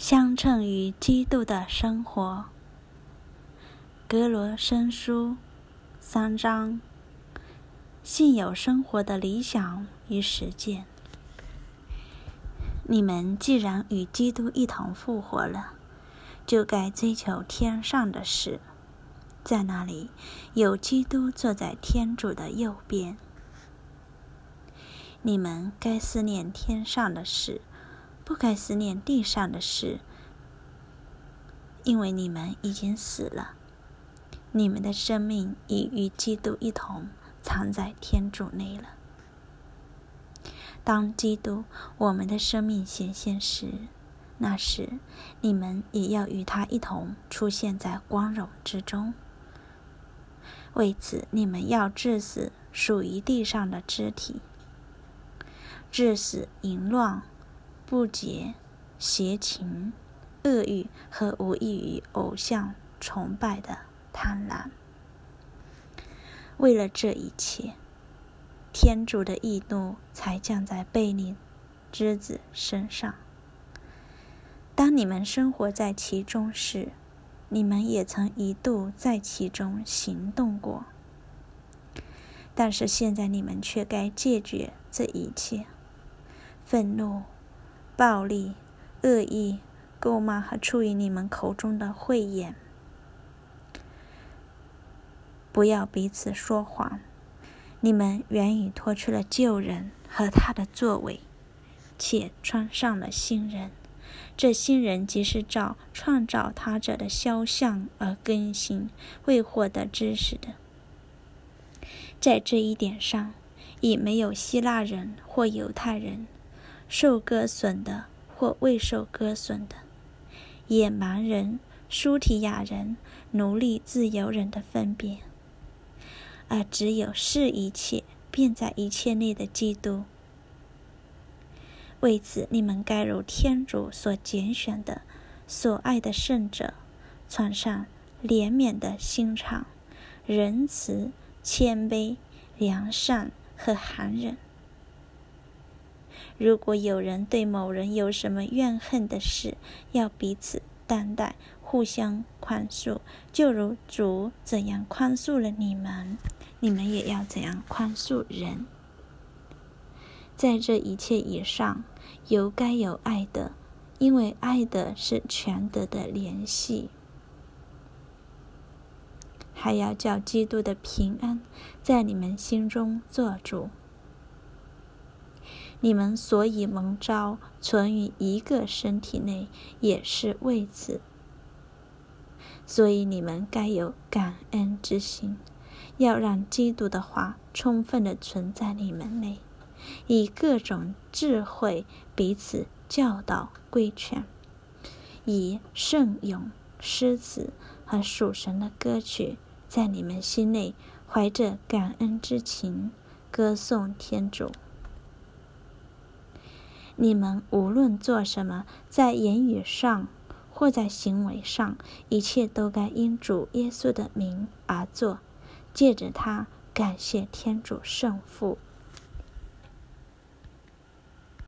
相称于基督的生活。格罗森书3章，信有生活的理想与实践。你们既然与基督一同复活了，就该追求天上的事，在那里有基督坐在天主的右边。你们该思念天上的事，不该思念地上的事，因为你们已经死了，你们的生命已与基督一同藏在天主内了。当基督我们的生命显现时，那时你们也要与他一同出现在光荣之中。为此，你们要治死属于地上的肢体，治死淫乱、不洁、邪情、恶欲和无异于偶像崇拜的贪婪。为了这一切，天主的义怒才降在悖逆之子身上。当你们生活在其中时，你们也曾一度在其中行动过。但是现在你们却该戒绝这一切：愤怒、暴力、恶意、咒骂和出于你们口中的慧言。不要彼此说谎，你们原已脱去了旧人和他的作为，且穿上了新人。这新人即是照创造他者的肖像而更新，为获得知识的。在这一点上，已没有希腊人或犹太人，受割损的或未受割损的，野蛮人、苏提亚人、奴隶、自由人的分别，而只有是一切，便在一切内的基督。为此，你们该如天主所拣选的、所爱的圣者，穿上怜悯的心肠、仁慈、谦卑、良善和含忍。如果有人对某人有什么怨恨的事，要彼此担待，互相宽恕，就如主怎样宽恕了你们，你们也要怎样宽恕人。在这一切以上，有该有爱的，因为爱的是全德的联系。还要叫基督的平安在你们心中做主。你们所以蒙召存于一个身体内，也是为此。所以你们该有感恩之心，要让基督的话充分地存在你们内，以各种智慧彼此教导规劝，以圣咏、诗词和属神的歌曲，在你们心内怀着感恩之情，歌颂天主。你们无论做什么，在言语上或在行为上，一切都该因主耶稣的名而做，借着他感谢天主圣父。